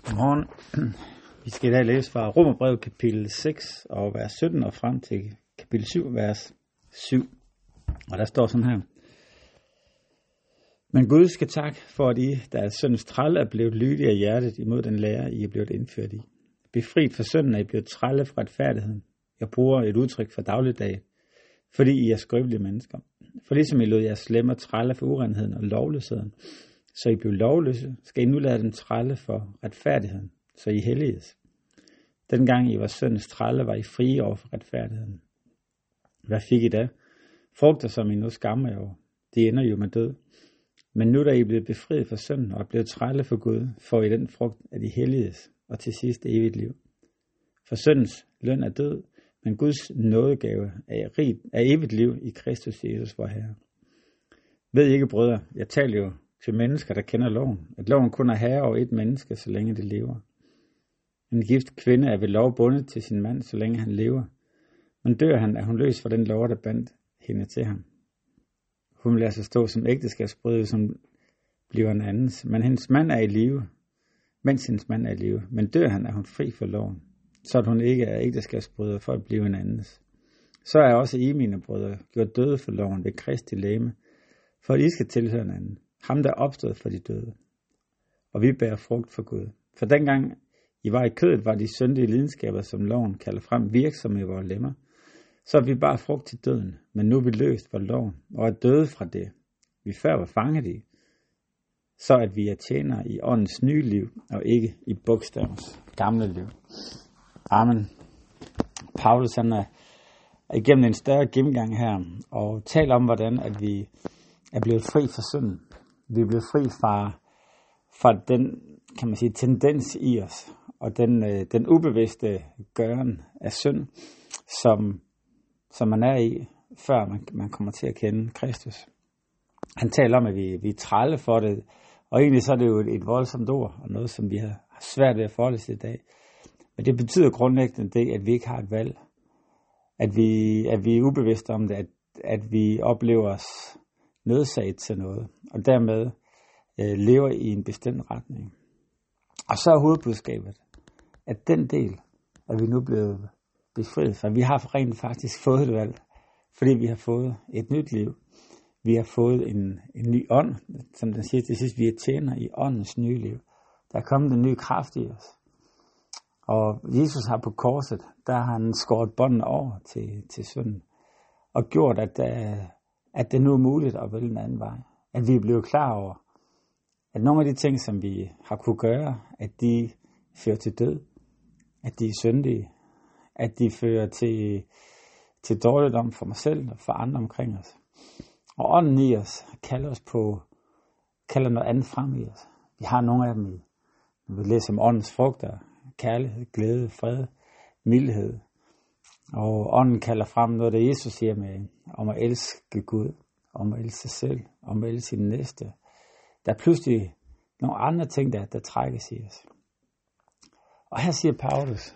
Godmorgen. Vi skal i dag læse fra Romerbrevet kapitel 6 og vers 17 og frem til kapitel 7, vers 7. Og der står sådan her. Men Gud skal tak for, at I, der er syndens trælle, er blevet lydige af hjertet imod den lære, I er blevet indført i. Befriet for synden er I blevet trælle fra retfærdigheden. Jeg bruger et udtryk for dagligdag, fordi I er skrøbelige mennesker. For ligesom I lod jeres slemmer trælle for urenheden og lovløsheden, så I blev lovløse, skal I nu lade dem trælle for retfærdigheden, så I helliges. Dengang I var syndens trælle, var I frie over for retfærdigheden. Hvad fik I da? Frugter, som I nu skammer jer over. De ender jo med død. Men nu da I er blevet befriet for synden og er blevet trælle for Gud, får I den frugt, at I helliges, og til sidst evigt liv. For syndens løn er død, men Guds nådegave er evigt liv i Kristus Jesus, vor Herre. Ved I ikke, brødre, jeg taler jo til mennesker, der kender loven, at loven kun er herre over et menneske, så længe det lever. En gift kvinde er ved lov bundet til sin mand, så længe han lever. Men dør han, er hun løs fra den lov, der bandt hende til ham. Hun vil altså stå som ægteskabsbrud, som bliver en andens. Men hendes mand er i live, mens hendes mand er i live. Men dør han, er hun fri for loven, så hun ikke er ægteskabsbrud for at blive en andens. Så er også I, mine brødre, gjort døde for loven ved Kristi legeme, for at I skal tilhøre en anden. Ham, der er opstået for de døde. Og vi bærer frugt for Gud. For dengang I var i kødet, var de syndige lidenskaber, som loven kalder frem, virksomme i vores lemmer. Så er vi bare frugt til døden, men nu er vi løst fra loven, og er døde fra det. Vi før var fanget i, så at vi er tjenere i åndens nye liv, og ikke i bogstavens gamle liv. Amen. Paulus han er igennem en større gennemgang her, og taler om, hvordan at vi er blevet fri fra synden. Vi er blevet fri fra den, kan man sige, tendens i os, og den ubevidste gøren af synd, som man er i, før man kommer til at kende Kristus. Han taler om, at vi er trælle for det, og egentlig så er det jo et voldsomt ord, og noget, som vi har svært ved at forholde sig i dag. Men det betyder grundlæggende det, at vi ikke har et valg. At vi er ubevidste om det, at vi oplever os nødsaget til noget, og dermed lever i en bestemt retning. Og så er hovedbudskabet, at den del er vi nu blevet befriet fra. Vi har rent faktisk fået et valg, fordi vi har fået et nyt liv. Vi har fået en ny ånd, som den siger til sidst, vi er tjener i åndens nye liv. Der er kommet en ny kraft i os. Og Jesus har på korset, der har han skåret båndene over til synden, og gjort, at det nu er muligt at vælge en anden vej. At vi er blevet klar over, at nogle af de ting, som vi har kunne gøre, at de fører til død, at de er syndige, at de fører til dårligdom for mig selv og for andre omkring os. Og ånden i os kalder noget andet frem i os. Vi har nogle af dem i, når vi læser om åndens frugter, kærlighed, glæde, fred, mildhed. Og ånden kalder frem noget, der Jesus siger med, om at elske Gud, om at elske sig selv, om at elske sin næste. Der er pludselig nogle andre ting, der trækkes i os. Og her siger Paulus,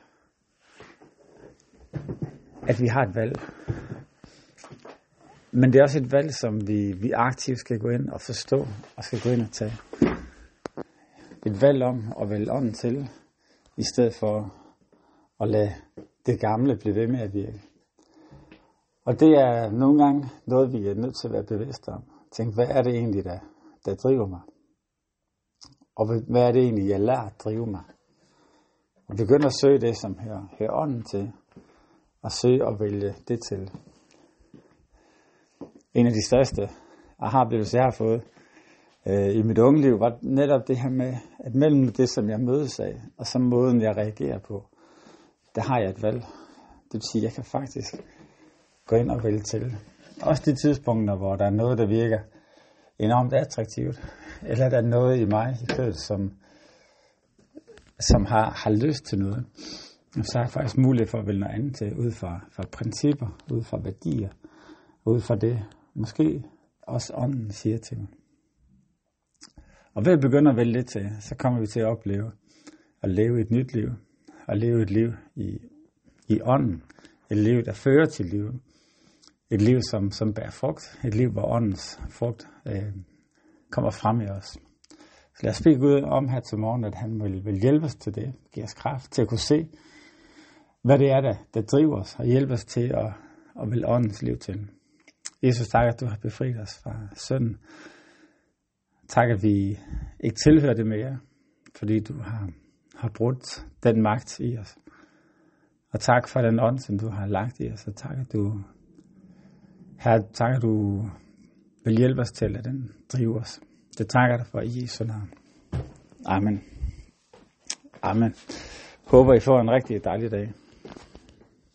at vi har et valg. Men det er også et valg, som vi aktivt skal gå ind og forstå, og skal gå ind og tage. Et valg om at vælge ånden til, i stedet for at lade det gamle blive ved med at virke. Og det er nogle gange noget, vi er nødt til at være bevidste om. Tænk, hvad er det egentlig, der driver mig? Og hvad er det egentlig, jeg lader drive mig? Og begynder at søge det, som hører ånden til, og søge at vælge det til. En af de største aha-oplevelser, jeg har fået i mit unge liv, var netop det her med, at mellem det, som jeg mødes af, og så måden, jeg reagerer på, der har jeg et valg. Det vil sige, at jeg kan faktisk gå ind og vælge til. Også de tidspunkter, hvor der er noget, der virker enormt attraktivt, eller der er noget i mig, i kødet, som har lyst til noget. Og så er jeg faktisk mulighed for at vælge noget andet til, ud fra principper, ud fra værdier, ud fra det, måske også ånden siger til mig. Og ved at begynde at vælge det til, så kommer vi til at opleve at leve et nyt liv, og leve et liv i ånden, et liv, der fører til liv, et liv, som bærer frugt, et liv, hvor åndens frugt kommer frem i os. Så lad os bede Gud om her til morgen, at han vil hjælpe os til det. Give os kraft til at kunne se, hvad det er, der driver os, og hjælpe os til at vil åndens liv til. Jesus, tak, at du har befriet os fra synden. Tak, at vi ikke tilhører det mere, fordi du har brudt den magt i os. Og tak for den ånd, som du har lagt i os. Og tak, at du vil hjælpe os til, at den driver os. Det takker dig for i Jesu navn. Amen. Amen. Håber, I får en rigtig dejlig dag.